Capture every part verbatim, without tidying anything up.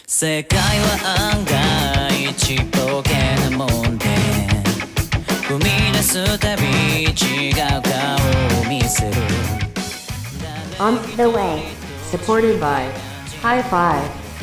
世界は案外ちっぽけなもんで踏み出すたび違う顔を見せる On the way, supported by High Five。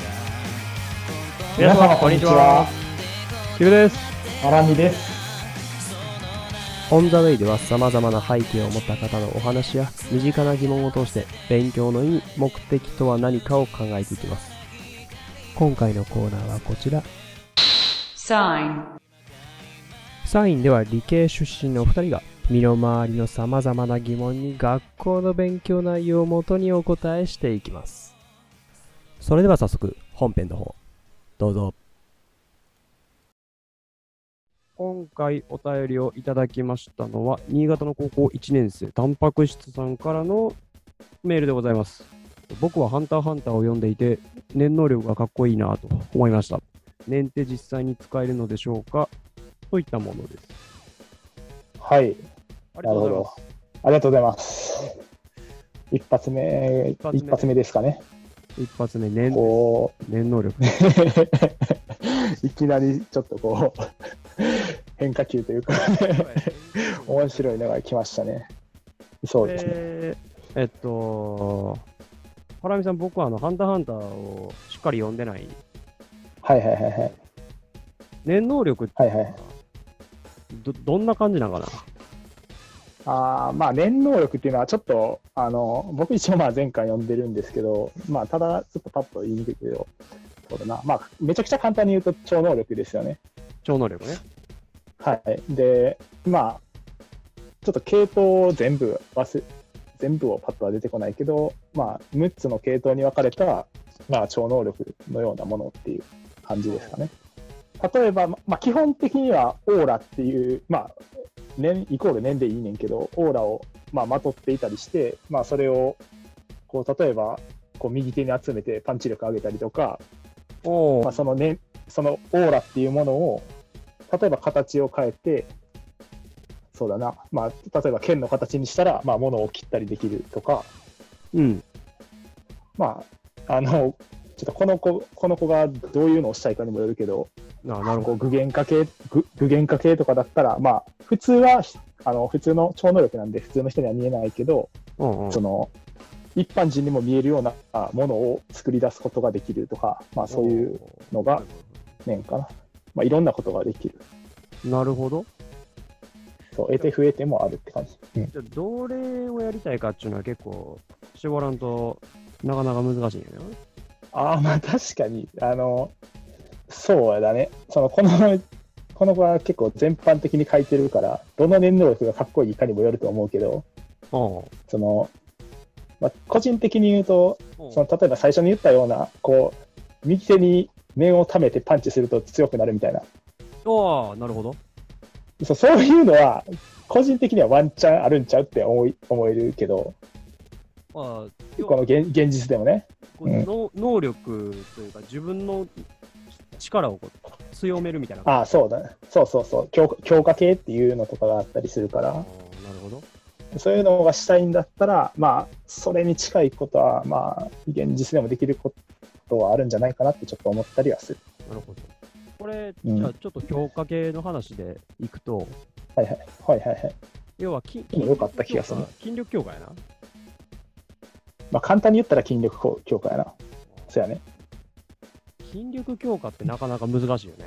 皆様こんにちは。 キムです。 アラミです。 オンザウェイでは様々な背景を持った方のお話や身近な疑問を通して勉強の意味、目的とは何かを考えていきます。今回のコーナーはこちら。 サイン。 サインでは理系出身のお二人が身の回りの様々な疑問に学校の勉強内容をもとにお答えしていきます。それでは早速本編の方どうぞ。今回お便りをいただきましたのは新潟の高校いちねん生タンパク質さんからのメールでございます。僕はハンターハンターを読んでいて念能力がかっこいいなと思いました。念って実際に使えるのでしょうかといったものです。 はい。 ありがとうございます。 ありがとうございます。一発目、一発目、一発目ですかね。 一発目、念、 こう念能力。 いきなりちょっとこう、変化球というか、面白いのが来ましたね。そうですね。 えー、えっと、ハラミさん、僕はあの、ハンターハンターをしっかり読んでない。 はいはいはいはい。 念能力って、 はいはい、 ど、どんな感じなのかな。 あまあ、念能力っていうのはちょっと、あの僕一応まあ前回読んでるんですけど、まあ、ただちょっとパッと言いにくいけど、そうだな、まあ、めちゃくちゃ簡単に言うと超能力ですよね。 超能力ね。 はい。で、まあ、ちょっと系統を全部忘れ、全部をパッとは出てこないけど、まあ、むっつの系統に分かれた、まあ、超能力のようなものっていう感じですかね。例えば、まあ、基本的にはオーラっていう、まあ、念イコール念でいいねんけど、オーラを、まあ、まとっていたりして、まあ、それをこう例えばこう右手に集めてパンチ力上げたりとか、まあ、そのね、そのオーラっていうものを例えば形を変えて、そうだな、まあ、例えば剣の形にしたら、まあ、物を切ったりできるとか、 うん、 まあ、あのちょっとこの子この子がどういうのをしたいかにもよるけど、 あなるほど。 具現化系具具現化系とかだったら、まあ、普通はあの普通の超能力なんで普通の人には見えないけど、 うんうん、 その一般人にも見えるようなものを作り出すことができるとか、まあ、そういうのが念かな。まあ、いろんなことができる。 なるほど。 そう、得て増えてもあるって感じ。うん、 じゃあどれをやりたいかっていうのは結構絞らんとなかなか難しいんよね。 ああ、まあ確かに、あの、そうだね。その、この、この子は結構全般的に書いてるから、どの念能力がかっこいいかにもよると思うけど、 その、まあ、個人的に言うと、その例えば最初に言ったような、こう、右手に念を溜めてパンチすると強くなるみたいな。 ああ、なるほど。 そう、そういうのは、個人的にはワンチャンあるんちゃうって思い思えるけど、 あこの現現実でもね。 こう、うん、能能力というか、自分の力をこう強めるみたいな。 ああ、そうだね。そうそうそう。強化、強化系っていうのとかがあったりするから。 なるほど。 そういうのがしたいんだったら、まあ、それに近いことは、まあ、現実でもできることはあるんじゃないかなってちょっと思ったりはする。 なるほど。これ、うん、じゃあちょっと強化系の話でいくと、 はいはい。はいはいはい。 要は筋、 筋よかった気がする。 筋力強化やな。 まあ、簡単に言ったら筋力強化やな。そうやね。 筋力強化ってなかなか難しいよね。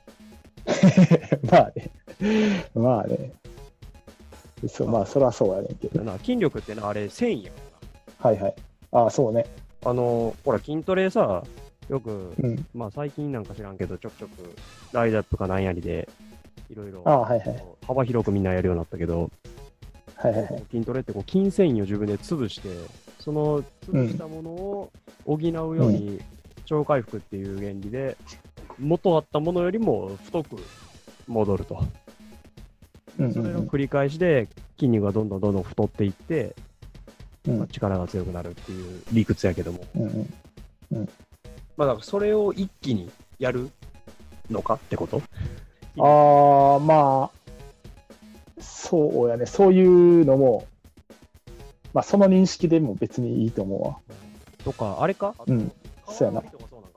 まあね。まあね。そう、まあ、それはそうやねんけど。 な筋力ってな、あれ、繊維やから。はいはい。ああ、そうね。 あの、ほら、筋トレさ、よく、 うん、 まあ最近なんか知らんけど、ちょくちょく、ライザップかなんやりで、いろいろ、 はいはい、 幅広くみんなやるようになったけど、 はいはいはい、 筋トレってこう筋繊維を自分で潰して、その潰したものを補うように、超回復っていう原理で、元あったものよりも太く戻ると。それの繰り返しで筋肉がどんどんどんどん太っていって、 うんまあ、力が強くなるっていう理屈やけども。 うんうんうん、 まあだからそれを一気にやるのかってこと？ ああ、まあ、そうやね。そういうのも、まあその認識でも別にいいと思うわ。 とか、あれか？ うん、そうやな。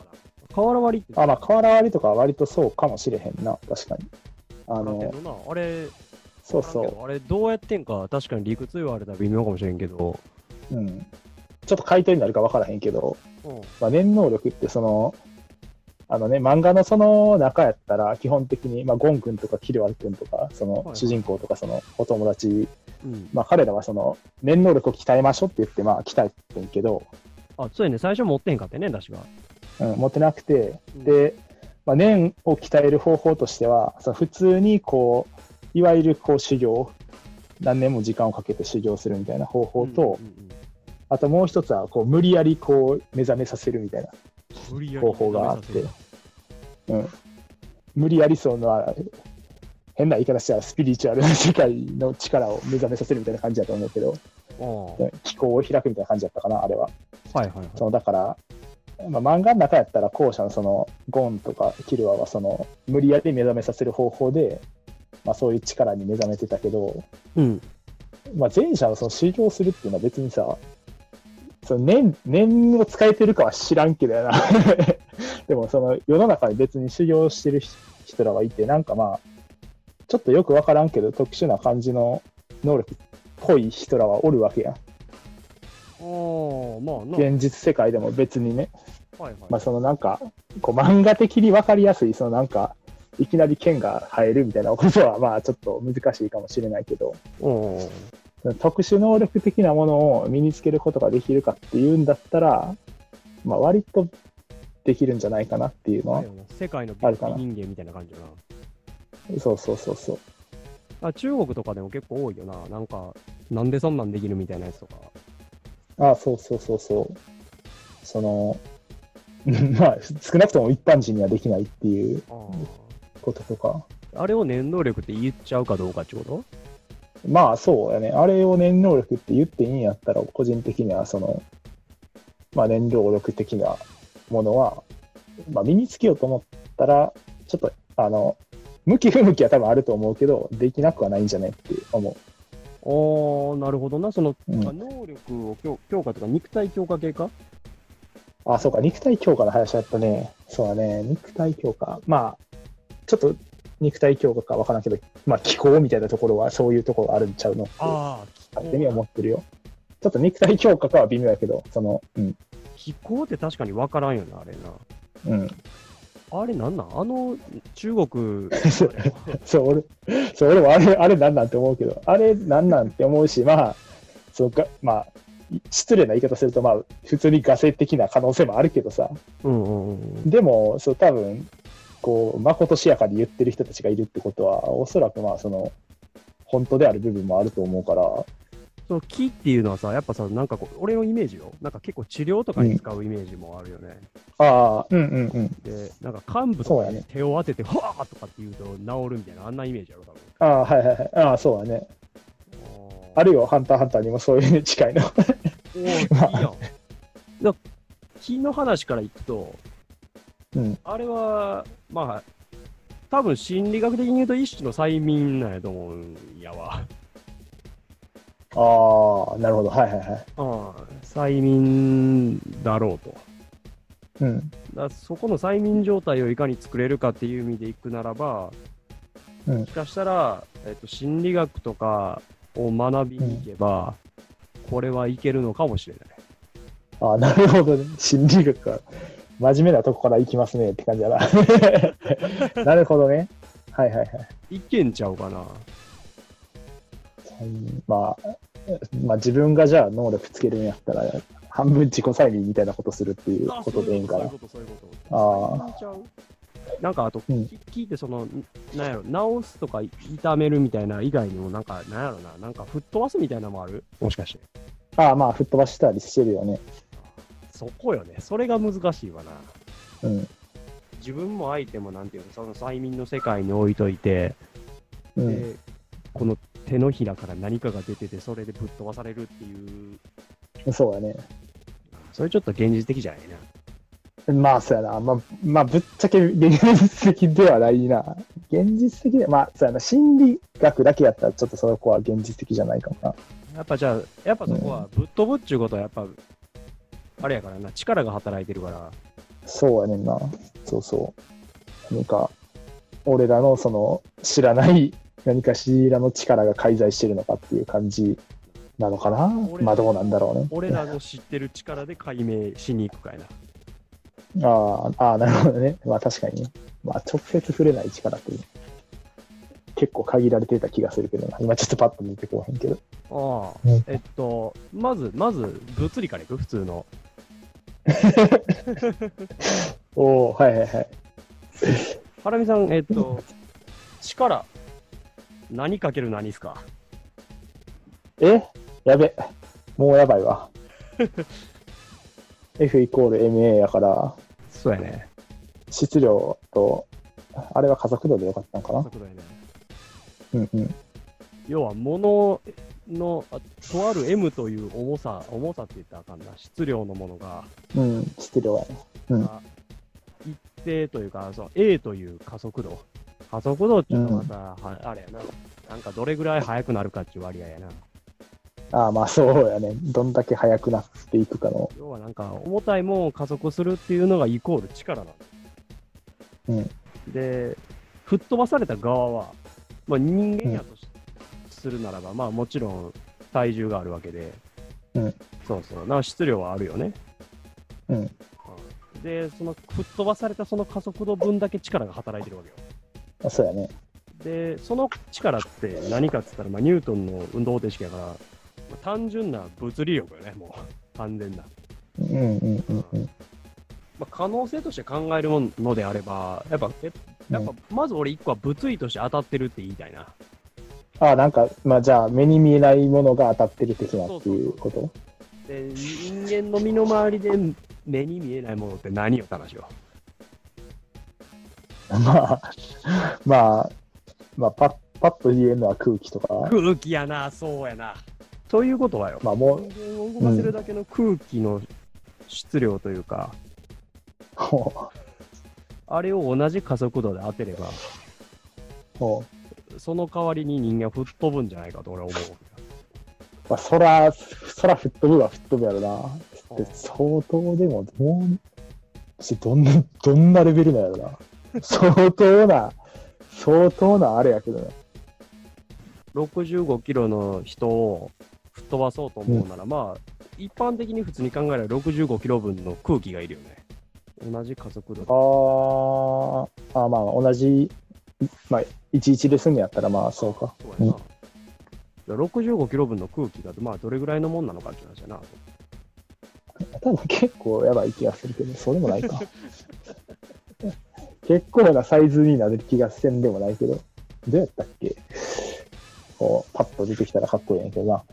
瓦割りって。 あ、まあ、瓦割りとかは割とそうかもしれへんな、確かに。ああの、 なあれ、 そうそあれどうやってんか、確かに理屈言われたら微妙かもしれんけど。 う。うん。ちょっと回答になるか分からへんけど、 うん。 まあ、念能力ってその、あのね、漫画のその中やったら、基本的に、まあ、ゴン君とかキルア君とか、そのはいはい主人公とか、そのお友達、 うん、 まあ、彼らはその、念能力を鍛えましょうって言って、まあ、鍛えてんけど、 あ、そうやね、最初持ってんかってね、確か。 うん、持ってなくて、 うんで、まあ、念を鍛える方法としては、その普通にこう、いわゆるこう修行、何年も時間をかけて修行するみたいな方法と、 うんうんうんあともう一つはこう無理やりこう目覚めさせるみたいな無理やり方法があって目覚めさ、 うん、無理やりその変な言い方したらスピリチュアルな世界の力を目覚めさせるみたいな感じだと思うけど、 せる気候を開くみたいな感じだったかな、あれは。 ああはいはいはい。 そのだから、まあ、漫画の中やったら後者のそのゴンとかキルアはその無理やり目覚めさせる方法で、まあ、そういう力に目覚めてたけど、 うん。 まあ、前者はその修行するっていうのは別にさ、その念念を使えてるかは知らんけどやな。でもその世の中に別に修行してる人らはいて、なんかまあ、ちょっとよくわからんけど特殊な感じの能力っぽい人らはおるわけやん。 ああ、まあな。 現実世界でも別にね。 はいはい。 まあそのなんか、こう漫画的にわかりやすい、そのなんか、いきなり剣が生えるみたいなことはまあちょっと難しいかもしれないけど、 うん。 特殊能力的なものを身につけることができるかっていうんだったら、まあ割とできるんじゃないかなっていうのは、 世界のあるかな人間みたいな感じだな。 そうそうそうそう。 あ、中国とかでも結構多いよな。なんか、なんでそんなんできるみたいなやつとか。 ああ、そうそうそうそう。その、まあ少なくとも一般人にはできないっていうあこととか。 あ。あれを念能力って言っちゃうかどうかってことまあそうやね。あれを念能力って言っていいんやったら、個人的にはその、まあ念能力的なものは、まあ身につけようと思ったら、ちょっと、あの、向き不向きは多分あると思うけど、できなくはないんじゃないって思う。 ああ、なるほどな。その、 うんあ能力を強強化とか肉体強化系かあ、そうか、肉体強化の話だったね。そうだね、肉体強化。まあ、ちょっと肉体強化かわからんけど、まあ気候みたいなところはそういうところがあるんちゃうのって、 ああ、 勝手には思ってるよ。ちょっと肉体強化かは微妙やけど、その、うん、 気候って確かに分からんよな、あれな。 うん。 あれなんなんあの中国そう、俺、そう、俺もあれ、あれなんなんて思うけど、あれなんなんって思うし、まあ、そうか、まあ、失礼な言い方すると、まあ、普通に画性的な可能性もあるけどさ、 うんうんうん。 でも、そう、多分、こう、まことしやかに言ってる人たちがいるってことは、おそらくまあ、その、本当である部分もあると思うから、 その木っていうのはさ、やっぱさ、なんかこう、俺のイメージよ。なんか結構治療とかに使うイメージもあるよね。 ああ、うんうんうん。 で、なんか幹部とかにそうやね手を当てて、ふわーとかって言うと治るみたいな、あんなイメージやろ、多分。 ああ、はいはいはい。ああ、そうだね。あるよ、ハンターハンターにもそういう近いの。 おー、いいやん。だ木の話からいくと、 うん。 あれは、まあ、多分心理学的に言うと一種の催眠なんやと思うんやわ。 ああ、なるほど。はいはいはい。 ああ、催眠だろうと。 うん。 だからそこの催眠状態をいかに作れるかっていう意味でいくならば、 うんもしかしたら、えっと、心理学とかを学びに行けば、これはいけるのかもしれない。 ああ、なるほどね。心理学か。真面目なとこから行きますねって感じだな。なるほどね。はいはいはい。 いけんちゃうかな。 うんまあ、まあ自分がじゃあ能力つけるんやったら、半分自己催眠みたいなことするっていうことでいいんかな。 そういうこと、そういうこと、そういうこと。 ああ催眠ちゃうなんかあと、 うんき聞いてその、んなんやろ、直すとか痛めるみたいな以外にも、なんか、なんやろな、なんか吹っ飛ばすみたいなのもあるもしかして。 ああ、まあ吹っ飛ばしたりしてるよね。 そこよね。それが難しいわな。 うん。 自分も相手もなんていうの、その催眠の世界に置いといて、 うん。 で、この手のひらから何かが出てて、それでぶっ飛ばされるっていう、 そうやね。 それちょっと現実的じゃないな。 まあ、そうやな。まあ、まあ、ぶっちゃけ現実的ではないな。現実的で、まあ、そうやな。心理学だけやったら、ちょっとそこは現実的じゃないかもな。 やっぱじゃあ、やっぱそこはぶっ飛ぶっちゅうことは、やっぱ、あれやからな、力が働いてるから、 そうやねんな。そうそう。何か、俺らのその知らない何かしらの力が介在してるのかっていう感じなのかな。まあどうなんだろうね。 俺らの知ってる力で解明しに行くかいな。 ああ、ああ、なるほどね。まあ確かにね。まあ直接触れない力って結構限られてた気がするけどな。今ちょっとパッと出てこへんけど。 ああ、 うんえっと、まず、まず、物理からいく普通の。 おお、はいはいはい。 ハラミさん、えっと、力、何かける何っすか？ えやべ。もうやばいわ。F イコール エムエー やから、 そうやね。 質量と、あれは加速度でよかったのかな。 速度やね。 うんうん。 要は、物の、あとある M という重さ、重さって言ったらあかんな、質量のものが、 うん、質量やね。うん。 あ一定というか、その A という加速度。加速度っていうのはまた、はあれやな。なんかどれぐらい速くなるかっていう割合やな。 ああ、まあそうやね。どんだけ速くなっていくかの。 要はなんか、重たいものを加速するっていうのがイコール力なんだ。 うん。 で、吹っ飛ばされた側は、まあ、人間やとし、するならば、まあもちろん体重があるわけで、 うんそうそう、な質量はあるよね。 うん。 うんで、その吹っ飛ばされたその加速度分だけ力が働いてるわけよ。 あそうやね。 で、その力って何かって言ったら、まあ、ニュートンの運動程式やから、まあ、単純な物理力よね、もう。完全な。 うんうんうんうん。 まあ、可能性として考えるものであれば、やっぱ、えやっぱまず俺一個は物理として当たってるって言いたいな。 ああ、なんか、まあじゃあ、目に見えないものが当たってる的なっていうことで、人間の身の回りで目に見えないものって何よって話よ。 まあ、まあ、まあ、パッ、パッと言えるのは空気とか、 空気やな、そうやな。ということはよ、 まあもう、 人間を動かせるだけの空気の質量というか、 ほあれを同じ加速度で当てれば、 う、ほその代わりに人間は吹っ飛ぶんじゃないかと俺は思う。 う。まあ、そら、そら吹っ飛ぶは吹っ飛ぶやろな。で相当でも、もう、しどんな、どんなレベルなんやろな。相当な、相当なあれやけどね。 ろくじゅうごキロの人を吹っ飛ばそうと思うなら、まあ、一般的に普通に考えればろくじゅうごキロ分の空気がいるよね。同じ加速度で。 あーあ、まあ同じ、まあ、いちいちですんやったらまあそうか。 そうやな。ろくじゅうごキロ分の空気が、まあ、どれぐらいのもんなのかっていう話やな。 多分結構やばい気がするけど、そうでもないか。結構なサイズになる気がせんでもないけど、どうやったっけこう、パッと出てきたらかっこいいんやけどな。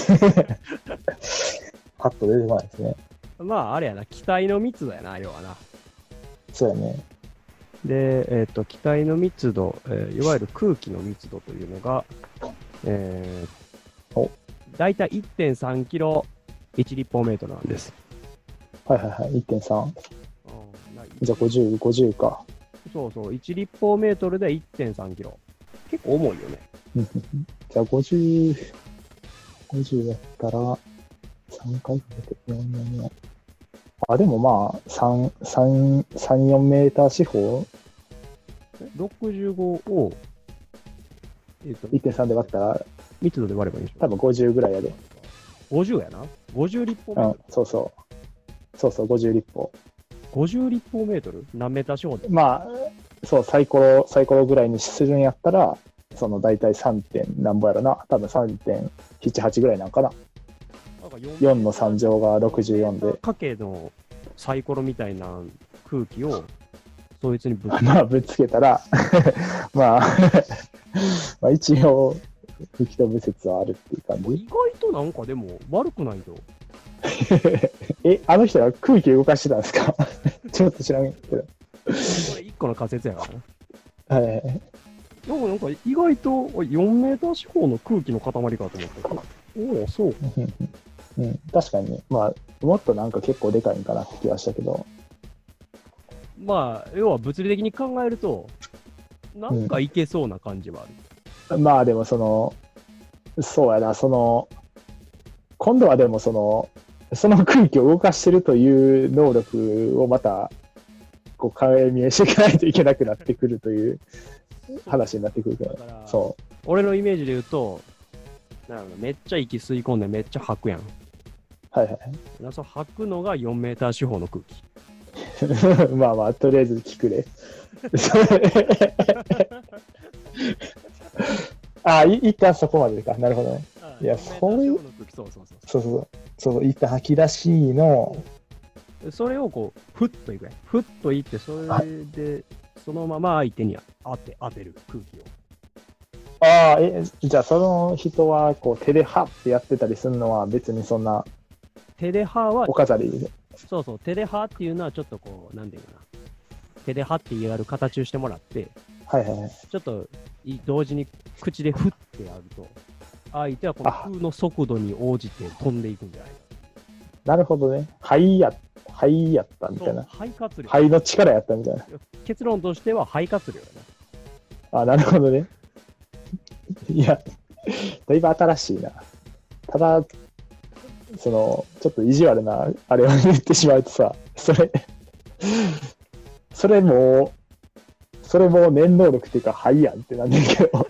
パッと出てこないですね。 まあ、あれやな、気体の密度やな、要はな。 そうやね。 で、えっ、と、気体の密度、えーいわゆる空気の密度というのが、えー、 おだいたい いってんさんキロいち立方メートルなんです。 はいはいはい、いってんさん。 うんなじゃあごじゅう、ごじゅうか。 そうそう、いち立方メートルで いってんさんキロ。結構重いよね。 じゃあごじゅう、ごじゅうやったら、さんかいかけてよんよんよん。あ、でもまあ、さん、さん、さん、よんメーター四方、 ろくじゅうごを、えっ、と、 いってんさんで割ったら、 密度で割ればいいんでしょ。 多分ごじゅうぐらいやで。 ごじゅうやな。ごじゅう立方メうんートル。、 そうそう。そうそう、ごじゅう立方。 ごじゅう立方メートル何メーター四方で。 まあ、そう、サイコロ、サイコロぐらいにするんやったら、その大体さんてんなんぼやろな。多分 さんてんななはちぐらいなんかな。 なんかよんのさん乗がろくじゅうよんで。 かけのサイコロみたいな空気をそいつにぶつけまあ、ぶつけたら、まあ、まあ一応、吹き飛ぶ説はあるっていう感じ。 意外となんかでも悪くないと。 え、あの人は空気動かしてたんですかちょっと知らんけど。 これいっこの仮説やからな。 はい。 でもなんか意外とよんメーター四方の空気の塊かと思って。おお、そう。 うん、確かに、まあ、もっとなんか結構でかいんかなって気はしたけど。 まあ、要は物理的に考えると、なんかいけそうな感じはある。 まあでもその、そうやな、その、今度はでもその、その空気を動かしてるという能力をまた構解明していかないといけなくなってくるという話になってくるから。 だからそ俺のイメージで言うと、なるほど、めっちゃ息吸い込んでめっちゃ吐くやん。 う。はいはい。 そう吐くのがよんメーター四方の空気。 まあまあ、とりあえず聞くれ。あ、い一旦そこまでか。なるほどね。いや、それ、 そうそうそうそうそうそう、一旦吐き出しの、 それをこう、ふっといくやん。ふっといって、それで、そのまま相手に当て当てる空気を。 ああ、え、じゃあその人はこう手でハってやってたりするのは別にそんな手で歯はお、飾りで。 そうそう、手で歯っていうのはちょっとこう、なんていうかな。手で歯って言われる形をしてもらって、 はいはいはい。 ちょっとい同時に口でふってやると、相手はこの風の速度に応じて飛んでいくんじゃないか。 なるほどね。肺や、肺やったみたいな。 肺活量。 肺の力やったみたいな。 結論としては肺活量やな。 あ、なるほどね。いや、だいぶ新しいな。ただ、その、ちょっと意地悪な、あれを言ってしまうとさ、それ、それもう、それもう念能力っていうか、肺やんってなんだけど。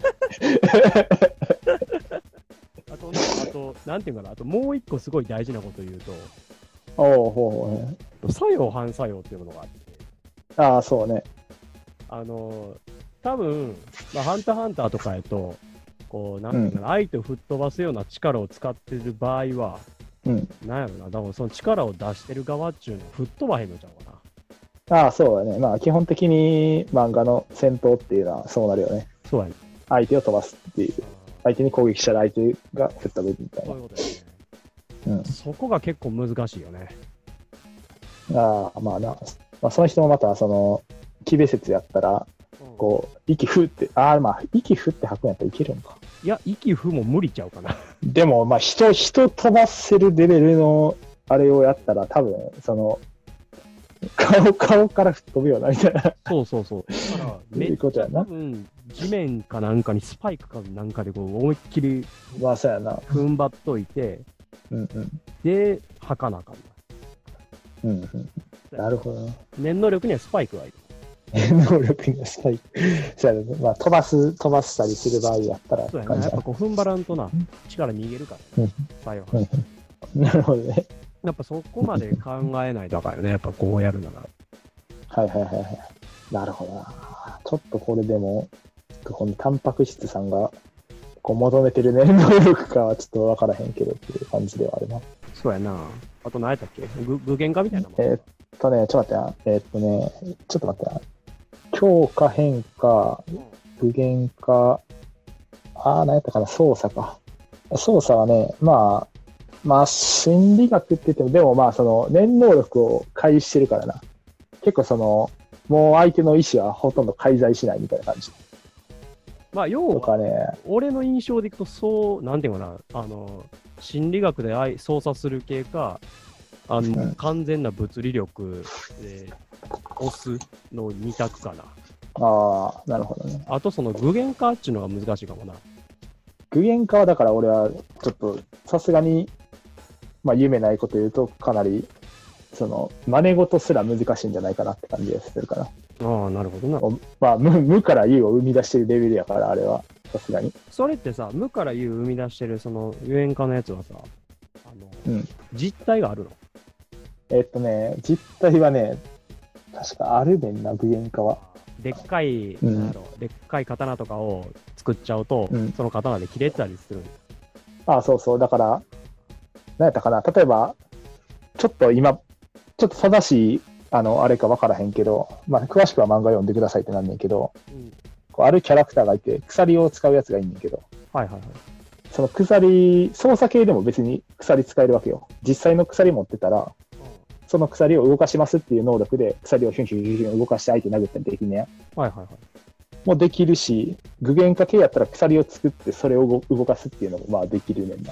あと、あと、なんていうかな、あともう一個すごい大事なこと言うと、 おうほうほう。 作用反作用っていうものがあって、 ああ、そうね。 あの、多分、まあ、ハンターハンターとかやと、こう、なんていうかな、相手を吹っ飛ばすような力を使ってる場合は、 うん。 なんやろな、だからその力を出してる側っちゅうのは吹っ飛ばへんのちゃうかな。 ああ、そうだね。まあ、基本的に漫画の戦闘っていうのはそうなるよね。 そうやね。 相手を飛ばすっていう。相手に攻撃したら相手が吹っ飛ぶみたいなそういう。ことやね。 うん。 そこが結構難しいよね。 ああ、まあな。まあ、その人もまた、その、キベ説やったら、こう、息ふって、ああ、まあ、息ふって吐くんやったらいけるんか。 いや、息ふも無理ちゃうかな。 でも、まあ、人、人飛ばせるレベルの、あれをやったら、多分、その、顔、顔から吹っ飛ぶよな、みたいな。 そうそうそう。だから、 そういうことやな多分、地面かなんかにスパイクかなんかでこう思いっきりまあ、そうやな。 踏ん張っといて、 うんうん。 で、吐かなあかんな。 うんうん。なるほどな。 念能力にはスパイクがいる。 能力にはスパイク。そうやね。まあ、飛ばす、飛ばしたりする場合やったら、 そうやな。やっぱこう踏ん張らんとな、力逃げるからね。作用うんうんなるほどね。 やっぱそこまで考えないとあかんよね。やっぱこうやるなら。 はいはいはいはい。なるほどな。ちょっとこれでも、このタンパク質さんがこう求めてる念能力かはちょっと分からへんけどっていう感じではあるな。 そうやな。あと何やったっけ具具現化みたいなもん。 えーっとね、ちょっと待ってな。えーっとね、ちょっと待ってな。強化変化、具現化、ああ、何やったかな、操作か。操作はね、まあ、まあ、心理学って言っても、でもまあ、その、念能力を介してるからな。結構その、もう相手の意思はほとんど介在しないみたいな感じ。 まあ、要は、 とかね、 俺の印象でいくと、そう、なんていうかな、あの、心理学で愛操作する系か、あの、 うん完全な物理力で押すの二択かな。 ああ、なるほどね。 あと、その具現化っていうのが難しいかもな。 具現化はだから俺はちょっとさすがに、まあ夢ないこと言うとかなり、その、真似事すら難しいんじゃないかなって感じがするかな。 ああ、なるほどな。 まあ無、無から有を生み出してるレベルやから、あれは、さすがに。 それってさ、無から有生み出してるその具現化のやつはさ、あの、 うん。 実体があるの？ えっとね、実態はね、確かあるねんな、具現化は。 でっかい、 うんなんやろでっかい刀とかを作っちゃうと、 うんその刀で切れたりする。 ああ、そうそう。だから、何やったかな。例えば、ちょっと今、ちょっと正しい、あの、あれか分からへんけど、まあ、詳しくは漫画読んでくださいってなんねんけど、 うん、 こうあるキャラクターがいて、鎖を使うやつがいんねんけど、 はいはいはい。 その鎖、操作系でも別に鎖使えるわけよ。実際の鎖持ってたら、その鎖を動かしますっていう能力で、鎖をヒュンヒュンヒュンヒュン動かして相手殴ったりできんねや。 はいはいはい。 もうできるし、具現化系やったら鎖を作ってそれを動動かすっていうのもまあできるねんな。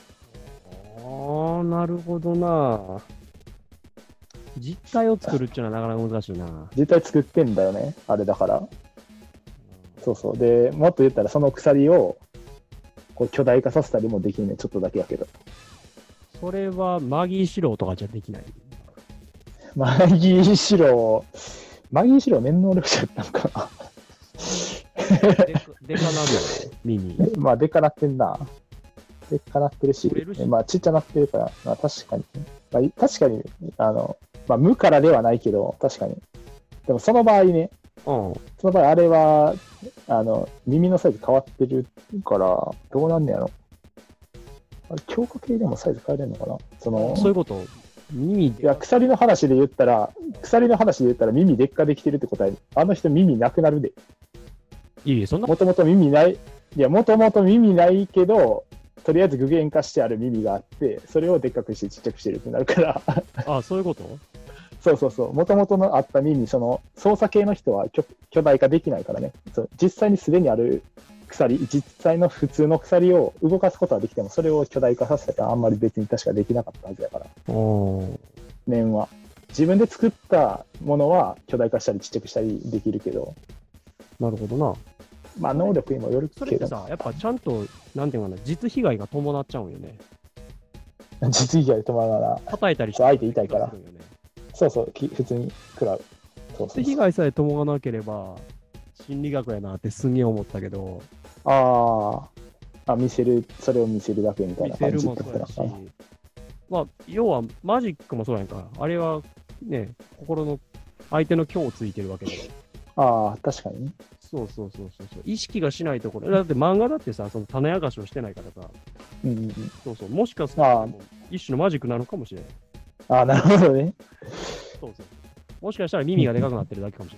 ああ、なるほどな。実体を作るっていうのはなかなか難しいな。 実際作ってんだよね、あれだから。そうそう。で、もっと言ったらその鎖をこう巨大化させたりもできんねん、ちょっとだけやけど。 それはマギー四郎とかじゃできない。 マギーシロー、マギーシロー念能力者やったのかな。 でかでかなるよね、耳。 まあ、でかなってんな。でかなってるし、 折れるしまあ、ちっちゃなってるから、まあ、確かに、まあ、確かに、あの、まあ、無からではないけど、確かに。でも、その場合ね、 うん。 その場合、あれは、あの、耳のサイズ変わってるから、どうなんねやろ。あれ強化系でもサイズ変えれるのかな。その、 そういうこと耳いや、鎖の話で言ったら、鎖の話で言ったら耳劣化できてるってことは、あの人耳なくなるで。 いいそんなもともと耳ない、いや、もともと耳ないけど、とりあえず具現化してある耳があって、それをでっかくしてちっちゃくしてるってなるから。 あ、そういうことそうそうそう。もともとのあった耳、その操作系の人は巨巨大化できないからね。そう実際にすでにある鎖、実際の普通の鎖を動かすことはできても、それを巨大化させたらあんまり別に確かできなかったはずやから。 おー念は。自分で作ったものは巨大化したりちっちゃくしたりできるけど、 なるほどな。 まあ能力にもよるけど、 それってさ、やっぱちゃんと、なんていうかな、実被害が伴っちゃうんよね。 実技が止まらな。 叩いたりしてそう相手痛いからするんよね。 そうそう、き普通に食らう。そうそうそう実被害さえ伴わなければ、心理学やなってすげえ思ったけど、 ああ、あ、見せる、それを見せるだけみたい見せるな感じっもそうやしてことなのかな。、 まあ、要はマジックもそうやんか。あれはね、心の、相手の虚をついてるわけだから。 ああ、確かにね。 そうそうそうそうそう。意識がしないところ。だって漫画だってさ、その種明かしをしてないからさ、 うんうんうん。 そうそう。もしかするああと一種のマジックなのかもしれない。 ああ、なるほどね。 そうそう。もしかしたら耳がでかくなってるだけかもし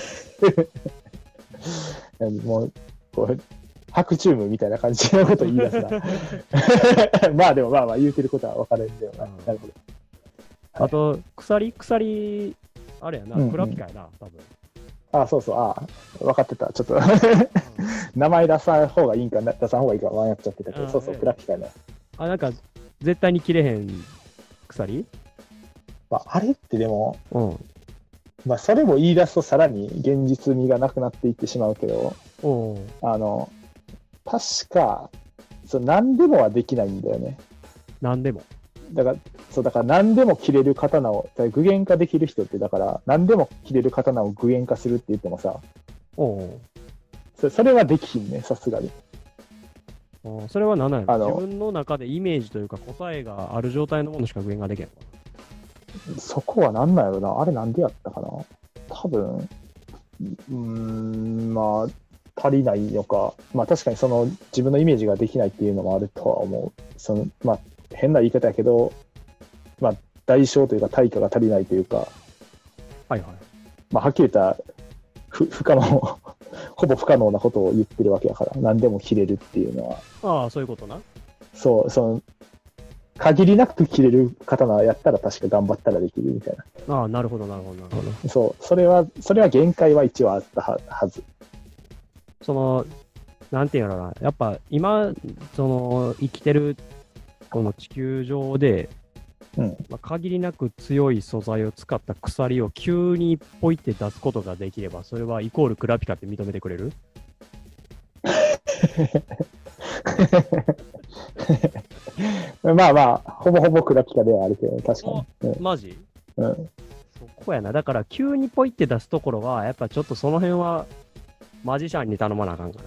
れない。 もう、こう、白チュームみたいな感じのこと言い出すな。まあでもまあまあ言うてることは分かるんだよな。なるほど。 あと、鎖、鎖、あれやな、 うんうんクラピカやな、多分。 ああ、そうそう、ああ、分かってた。ちょっと名前出さん方がいいんか、出さん方がいいか迷っちゃってたけど、 ああそうそう、 ねクラピカね。 あ、なんか、絶対に切れへん鎖まあ、あれってでも、 うん。 まあ、それも言い出すとさらに現実味がなくなっていってしまうけど、 おうあの、確か、そう何でもはできないんだよね。 なんでも。 だから、そう、だから何でも切れる刀を、だから具現化できる人って、だから何でも切れる刀を具現化するって言ってもさ、 おうそそれはできひんね、さすがに。 おうそれは何なんやあのろ自分の中でイメージというか答えがある状態のものしか具現ができないのかそこはなんなんやろな。あれなんでやったかな。多分、うーん、まあ、足りないのか。まあ確かにその自分のイメージができないっていうのもあるとは思う。その、まあ変な言い方やけど、まあ代償というか対価が足りないというか、 はいはい。 まあはっきり言ったら不不可能、ほぼ不可能なことを言ってるわけやから、何でも切れるっていうのは。 ああ、そういうことな。 そう、その、限りなく切れる刀やったら確か頑張ったらできるみたいな。 ああ、なるほど、なるほど、なるほど。 そう、それは、それは限界は一応あったははず。 その、なんていうのかな、やっぱ今、その、生きてる、この地球上で、 うん。 まあ、限りなく強い素材を使った鎖を急にポイって出すことができれば、それはイコールクラピカって認めてくれるまあまあ、ほぼほぼクラピカではあるけど、確かに。うんマジうん、 そこやな。だから急にポイって出すところは、やっぱちょっとその辺はマジシャンに頼まなあかんか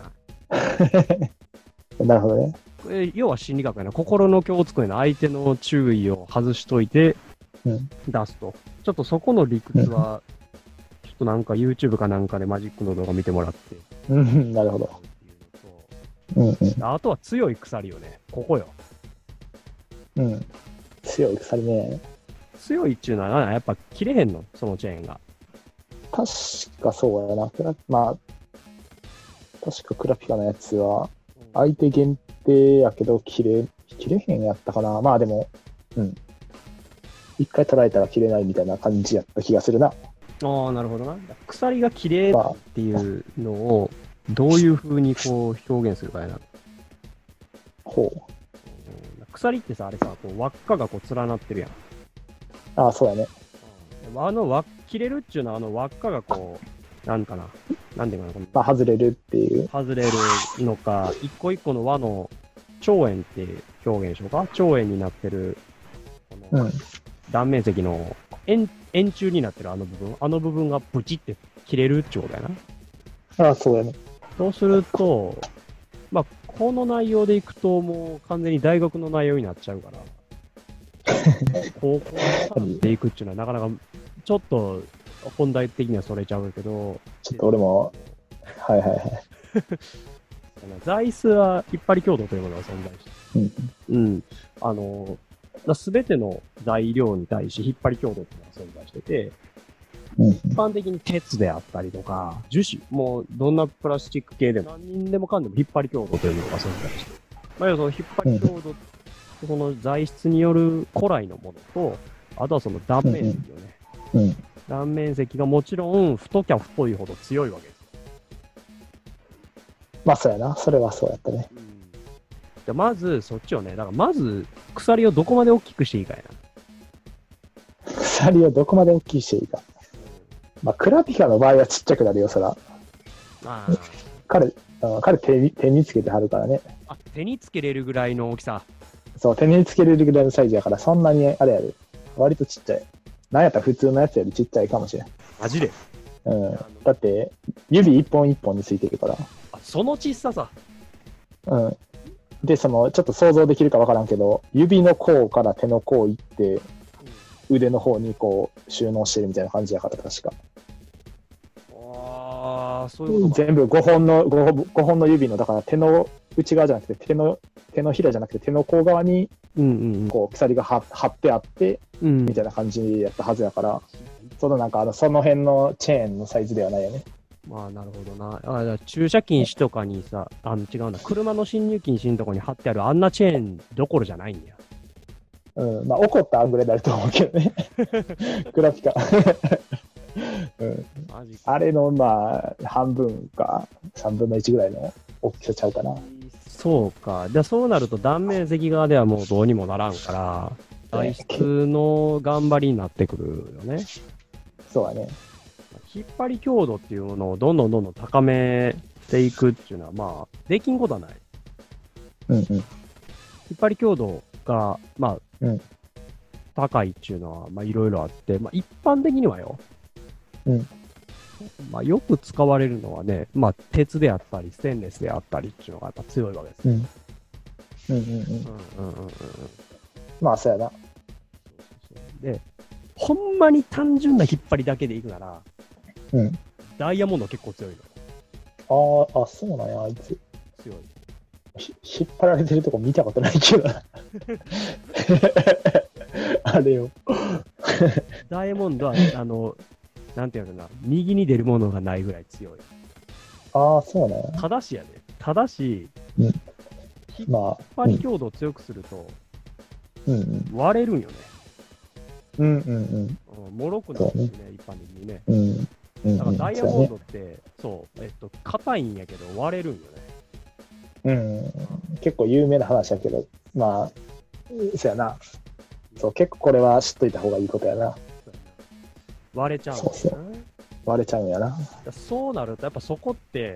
な。 なるほどね。 え要は心理学やな。心の境をつくような相手の注意を外しといてうん出すと。ちょっとそこの理屈は、ちょっとなんか YouTube かなんかでマジックの動画見てもらって。 うん、なるほど。うんうんあとは強い鎖よね。ここよ。 うん。強い鎖ね。 強いっちゅうのはなやっぱ切れへんのそのチェーンが。 確かそうやな。クラまあ、確かクラピカのやつは、相手限定やけど、切れ、切れへんやったかな。まあでも、うん。一回捉えたら切れないみたいな感じやった気がするな。 ああ、なるほどな。鎖が切れまあっていうのをどういう風にこう表現するかやな。 ほう。 うん鎖ってさ、あれさ、こう輪っかがこう連なってるやん。 ああ、そうやね。 でもあの輪切れるっちゅうのはあの輪っかがこう、なんかな、なんていうかな、このまあ、外れるっていう。 外れるのか、一個一個の輪の長円って表現でしょうか長円になってる、このうん。 断面積の円、円柱になってるあの部分、あの部分がブチって切れるってことやな。 ああ、そうやね。 そうすると、まあ、この内容でいくと、もう完全に大学の内容になっちゃうから、高校でいくっていうのはなかなか、ちょっと本題的にはそれちゃうけど、 ちょっと俺も、はいはいはい。 座椅子は引っ張り強度というものが存在して、 うん。 うん。あの、すべての材料に対し引っ張り強度っていうのが存在してて、 うん。 一般的に鉄であったりとか、樹脂、もうどんなプラスチック系でも何人でもかんでも引っ張り強度というものが存在して、まあ、要はその引っ張り強度、その材質による古来のものと、あとはその断面積よね。 うん。 断面積がもちろん太きゃ太いほど強いわけです。 まあそうやな。それはそうやったね。 うん、じゃまずそっちをね、だからまず鎖をどこまで大きくしていいかやな。 鎖をどこまで大きくしていいか。まあクラピカの場合はちっちゃくなるよ、そら。 あ彼、あ彼手に手につけてはるからね。 あ、手につけれるぐらいの大きさ。 そう、手につけれるぐらいのサイズやから、そんなにあれやる。割とちっちゃい。なんやったら普通のやつよりちっちゃいかもしれん。 マジで？ うん。だって、指一本一本についてるから。 あ、その小ささ。 うん。で、その、ちょっと想像できるかわからんけど、指の甲から手の甲行って、腕の方にこう収納してるみたいな感じやから、確か。 ああ、そういうことか。 全部ごほんの、ごほん、ごほんの指の、だから手の内側じゃなくて、手の、手のひらじゃなくて手の甲側に、 うんうんうん。 こう、鎖がは張ってあって、 うんみたいな感じやったはずやから、そのなんか、あの、その辺のチェーンのサイズではないよね。 まあなるほどな。あ、だから駐車禁止とかにさ、あの違うな、車の侵入禁止のとこに貼ってあるあんなチェーンどころじゃないんや。 うん、まあ怒ったらあんぐらいになると思うけどね。グラピカ。うん、 マジか。 あれのまあ半分かさんぶんのいちぐらいの大きさちゃうかな。 そうか。じゃあそうなると断面積側ではもうどうにもならんから、材質の頑張りになってくるよね。 そうだね。 引っ張り強度っていうものをどんどんどんどん高めていくっていうのは、まあ、できんことはない。 うんうん。 引っ張り強度が、まあ、 うん、 高いっていうのは、まあ、いろいろあって、まあ、一般的にはよ。 うん。 まあ、よく使われるのはね、まあ、鉄であったり、ステンレスであったりっていうのがやっぱ強いわけです。 うん。うんうんうん。 うんうんうんうん。 まあ、そうやな。 で、ほんまに単純な引っ張りだけでいくなら、 うん。 ダイヤモンド結構強いの。 ああ、あ、そうなんや、あいつ。 強い。 ひ引っ張られてるとこ見たことないけどな。あれよ。 ダイヤモンドは、あの、なんていうのかな、右に出るものがないぐらい強い。 ああ、そうなんや。 ただしやで、ただし、 うん、 引っまあ、 張り強度を強くすると、 うんうん、 割れるんよね。 うんうんうん。 うん、もろくなるんですね、一般的にね。 うんうん、 だからダイヤモンドって、そう、えっと、硬いんやけど割れるんよね。 うん、結構有名な話だけど、まあ、そうやな。そう、結構これは知っといた方がいいことやな。 割れちゃうんだよな。 そうそう割れちゃうんやな。 そうなると、やっぱそこって、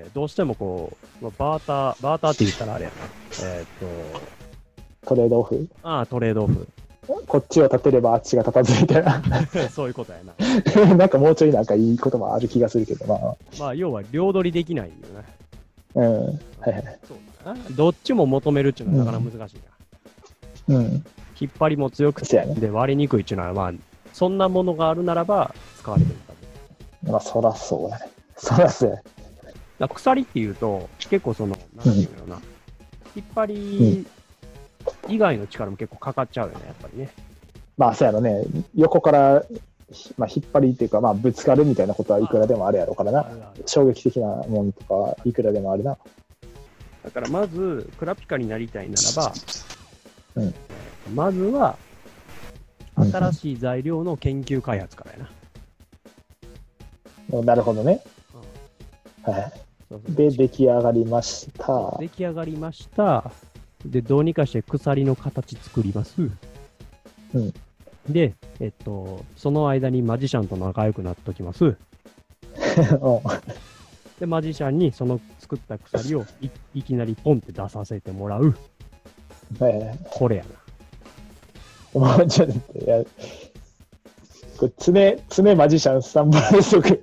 どうしてもこう、まあ、バーター、バーターって言ったらあれやな。えー、っと、トレードオフああ、トレードオフ。 こっちを立てればあっちが立たずみたいな。 そういうことやな。 なんかもうちょいなんかいいこともある気がするけど、まあ。 まあ、要は両取りできないよね。 うん。はいはい。 そうだな。どっちも求めるっていうのはなかなか難しいな。 うん。 引っ張りも強くて、 ね、 で割れにくいっていうのは、まあ、そんなものがあるならば使われてるかも。まあ、そらそうだね。そらそうや。 だ鎖っていうと、結構その、なんていうのかな、うん、引っ張り以外の力も結構かかっちゃうよね、やっぱりね。 まあ、そうやろね。横から、まあ、引っ張りっていうか、まあ、ぶつかるみたいなことはいくらでもあるやろうからな。衝撃的なもんとか、いくらでもあるな。 だから、まず、クラピカになりたいならば、 うん、 まずは、新しい材料の研究開発からやな。うん、なるほどね。うん、はい。そうそうで、出来上がりました。 出来上がりました。で、どうにかして鎖の形作ります。 うん。 で、えっと、その間にマジシャンと仲良くなっときます。で、マジシャンにその作った鎖を い, いきなりポンって出させてもらう。 はいはい。 これやな。 もうちょっとや、 これ常、常マジシャンスタンバイ不足。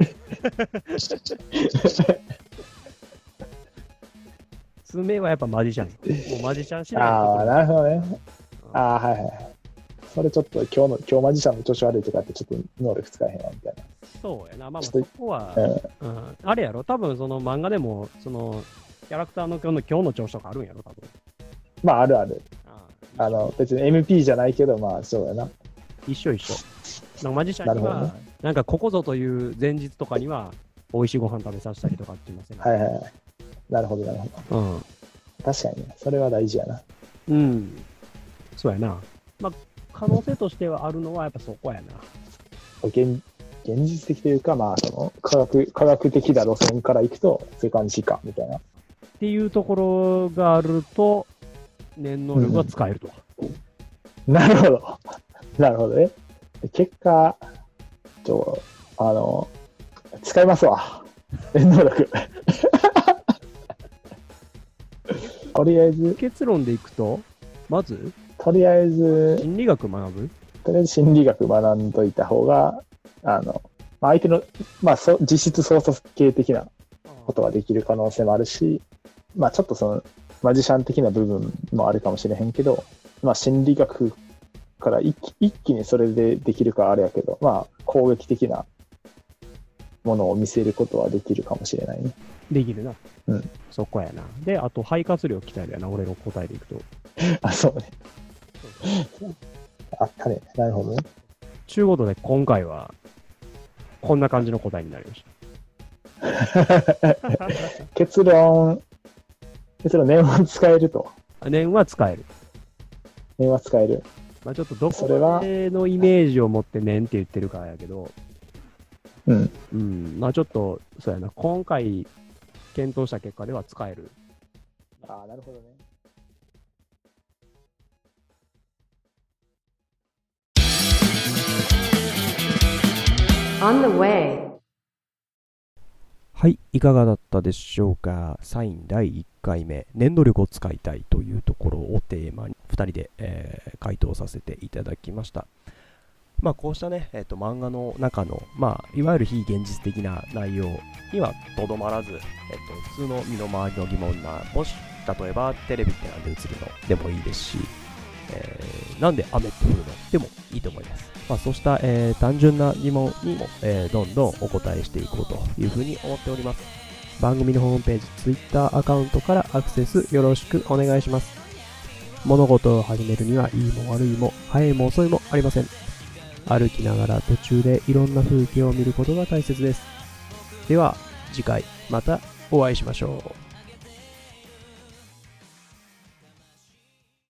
爪はやっぱマジシャン。もうマジシャンしないと。 ああ、なるほどね。ああ、はいはいはい。それちょっと今日の、今日マジシャンの調子悪いとかってちょっと能力使えへんわみたいな。 そうやな。まあまあちょっとそこは、 うんうん、あれやろ。多分その漫画でも、その、キャラクターの今日の今日の調子とかあるんやろ、多分。 まあ、あるある。 ああの、別に エムピー じゃないけど、まあ、そうやな。 一緒一緒。なんかマジシャンには、 なるほどねなんかここぞという前日とかには、美味しいご飯食べさせたりとかって言いません、ね。 はいはいはい。なるほど、なるほど。 うん。 確かにね。それは大事やな。 うん。そうやな。まあ、可能性としてはあるのはやっぱそこやな。 現現実的というか、まあ、その科学、科学的な路線から行くと、そういう感じか、みたいな。 っていうところがあると、念能力が使えると。 なるほど。なるほどね。結果、ちょ、あの、使いますわ。念能力。とりあえず、 結論でいくと、まず、 とりあえず、 心理学学ぶとりあえず心理学学んどいた方が、あの、まあ相手の、まあ、そ実質操作系的なことができる可能性もあるし、まあちょっとその、マジシャン的な部分もあるかもしれへんけど、まあ心理学から一気一気にそれでできるかあれやけど、まあ攻撃的なものを見せることはできるかもしれないね。 できるな。 うん。 そこやな。で、あと、肺活量鍛えるやな、俺の答えでいくと。 あ、そうね。あったね。なるほどね。 ちゅうことで、今回は、こんな感じの答えになりまし結論、結論、念は使えると。 た。念は使える。 念は使える。 まあちょっとどこそれはまでのイメージを持って念って言ってるかやけど、 うん。 うん、まあちょっと、そうやな、今回検討した結果では使える。 ああ、なるほどね。 On the way. はい、いかがだったでしょうか。サインだいいっかいめ、念能力を使いたいというところをテーマにふたりで、えー回答させていただきました。まあこうしたね、えーと、漫画の中の、まあ、いわゆる非現実的な内容にはとどまらず、えーと、普通の身の回りの疑問な、もし例えばテレビってなんで映るのでもいいですし、えーなんで雨って降るのでもいいと思います。まあ、そうした、えー単純な疑問にも、えーどんどんお答えしていこうというふうに思っております。番組のホームページ、Twitter アカウントからアクセスよろしくお願いします。物事を始めるにはいいも悪いも早いも遅いもありません。歩きながら途中でいろんな風景を見ることが大切です。では次回またお会いしましょう。